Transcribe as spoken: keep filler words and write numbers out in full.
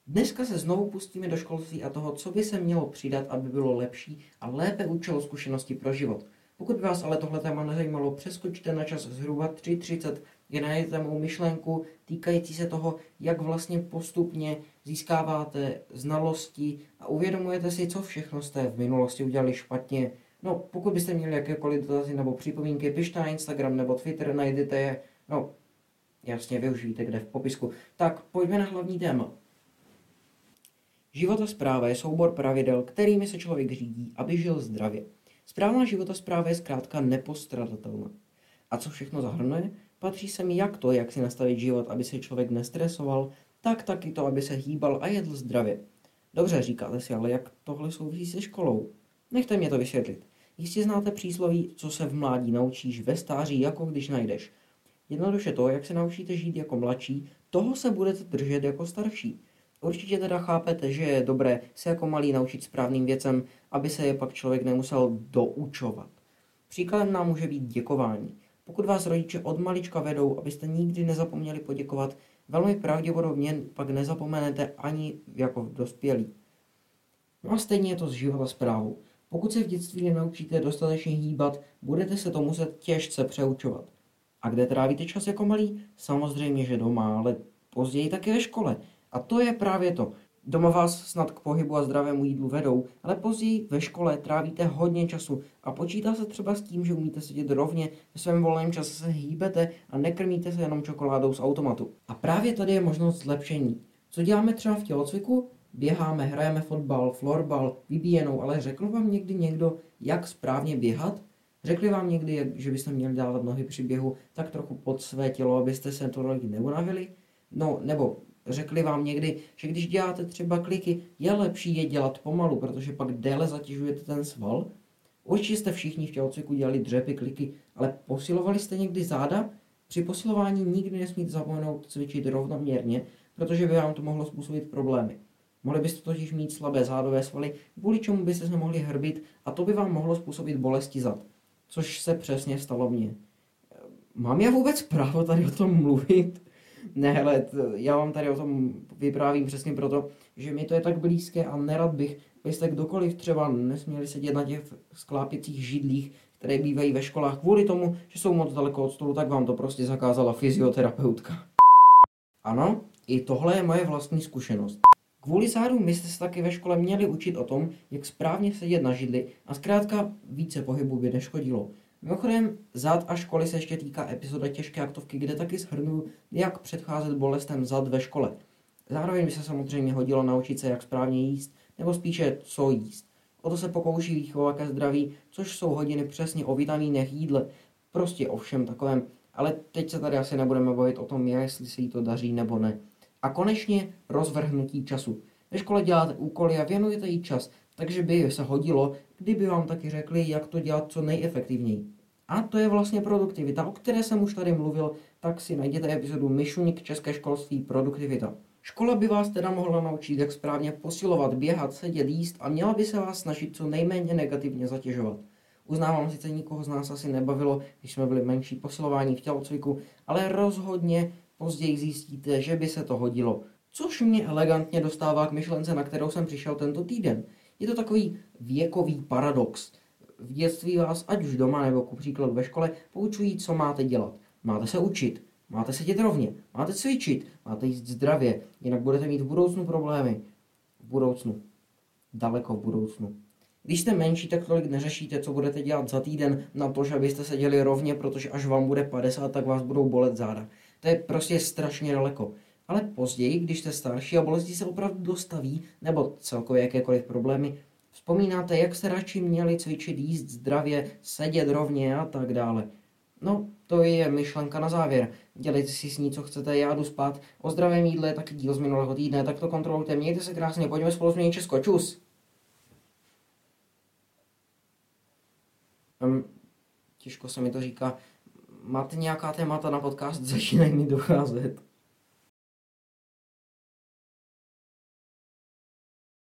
Dneska se znovu pustíme do školství a toho, co by se mělo přidat, aby bylo lepší a lépe učilo zkušenosti pro život. Pokud by vás ale tohle téma nezajímalo, přeskočte na čas zhruba tři třicet, kde najdete mou myšlenku týkající se toho, jak vlastně postupně získáváte znalosti a uvědomujete si, co všechno jste v minulosti udělali špatně. No, pokud byste měli jakékoliv dotazy nebo připomínky, pište na Instagram nebo Twitter, najdete je, no, jasně, využijte kde v popisku. Tak, pojďme na hlavní téma. Životospráva je soubor pravidel, kterými se člověk řídí, aby žil zdravě. Správná životospráva je zkrátka nepostradatelná. A co všechno zahrnuje? Patří sem jak to, jak si nastavit život, aby se člověk nestresoval, tak taky to, aby se hýbal a jedl zdravě. Dobře, říkáte si, ale jak tohle souvisí se školou? Nechte mě to vysvětlit. Jistě znáte přísloví, co se v mládí naučíš, ve stáří jako když najdeš. Jednoduše to, jak se naučíte žít jako mladší, toho se budete držet jako starší. Určitě teda chápete, že je dobré se jako malý naučit správným věcem, aby se je pak člověk nemusel doučovat. Příkladem nám může být děkování. Pokud vás rodiče od malička vedou, abyste nikdy nezapomněli poděkovat, velmi pravděpodobně pak nezapomenete ani jako dospělí. No a stejně je to s životosprávou. Pokud se v dětství nenaučíte dostatečně hýbat, budete se to muset těžce přeučovat. A kde trávíte čas jako malý? Samozřejmě, že doma, ale později také ve škole. A to je právě to. Doma vás snad k pohybu a zdravému jídlu vedou, ale později ve škole trávíte hodně času a počítá se třeba s tím, že umíte sedět rovně, ve svém volném čase se hýbete a nekrmíte se jenom čokoládou z automatu. A právě tady je možnost zlepšení. Co děláme třeba v tělocviku? Běháme, hrajeme fotbal, florbal, vybíjenou, ale řekl vám někdy někdo, jak správně běhat? Řekli vám někdy, že byste měli dávat nohy při běhu tak trochu pod své tělo, abyste se tolik neunavili? No, nebo řekli vám někdy, že když děláte třeba kliky, je lepší je dělat pomalu, protože pak déle zatěžujete ten sval? Určitě jste všichni v tělocviku dělali dřepy, kliky, ale posilovali jste někdy záda? Při posilování nikdy nesmíte zapomenout cvičit rovnoměrně, protože by vám to mohlo způsobit problémy. Mohli byste totiž mít slabé zádové svaly, kvůli čemu byste se mohli hrbit a to by vám mohlo způsobit bolesti zad. Což se přesně stalo mně. Mám já vůbec právo tady o tom mluvit? Ne, hele, já vám tady o tom vyprávím přesně proto, že mi to je tak blízké a nerad bych, abyste kdokoliv třeba nesměli sedět na těch sklápěcích židlích, které bývají ve školách kvůli tomu, že jsou moc daleko od stolu, tak vám to prostě zakázala fyzioterapeutka. Ano, i tohle je moje vlastní zkušenost. Kvůli zádům byste se taky ve škole měli učit o tom, jak správně sedět na židli a zkrátka více pohybu by neškodilo. Mimochodem, zad a školy se ještě týká epizoda Těžké aktovky, kde taky shrnu, jak předcházet bolestem zad ve škole. Zároveň by se samozřejmě hodilo naučit se, jak správně jíst, nebo spíše co jíst. O to se pokouší výchova ke zdraví, což jsou hodiny přesně o vitamínech, jídle, prostě o všem takovém. Ale teď se tady asi nebudeme bavit o tom, jestli se jí to daří nebo ne. A konečně rozvrhnutí času. Ve škole děláte úkoly a věnujete jí čas, takže by se hodilo, kdyby vám taky řekli, jak to dělat co nejefektivněji. A to je vlastně produktivita, o které jsem už tady mluvil, tak si najděte epizodu Myšuník České školství produktivita. Škola by vás teda mohla naučit, jak správně posilovat, běhat, sedět, jíst a měla by se vás snažit co nejméně negativně zatěžovat. Uznávám, sice nikoho z nás asi nebavilo, když jsme byli menší posilování v tělocviku, ale rozhodně později zjistíte, že by se to hodilo. Což mě elegantně dostává k myšlence, na kterou jsem přišel tento týden. Je to takový věkový paradox. V dětství vás, ať už doma nebo ku příkladu ve škole, poučují, co máte dělat. Máte se učit, máte sedět rovně, máte cvičit, máte jíst zdravě, jinak budete mít v budoucnu problémy. V budoucnu. Daleko v budoucnu. Když jste menší, tak tolik neřešíte, co budete dělat za týden na to, že abyste seděli rovně, protože až vám bude padesát, tak vás budou bolet záda. To je prostě strašně daleko. Ale později, když jste starší a bolesti se opravdu dostaví, nebo celkově jakékoliv problémy, vzpomínáte, jak jste radši měli cvičit, jíst zdravě, sedět rovně a tak dále. No, to je myšlenka na závěr. Dělejte si s ní, co chcete, já jdu spát. O zdravém jídle je taky díl z minulého týdne, tak to kontrolujte. Mějte se krásně, pojďme spolu změnit Česko. Čus! Um, těžko se mi to říká. Máte nějaká témata na podcast? Začínají mi docházet.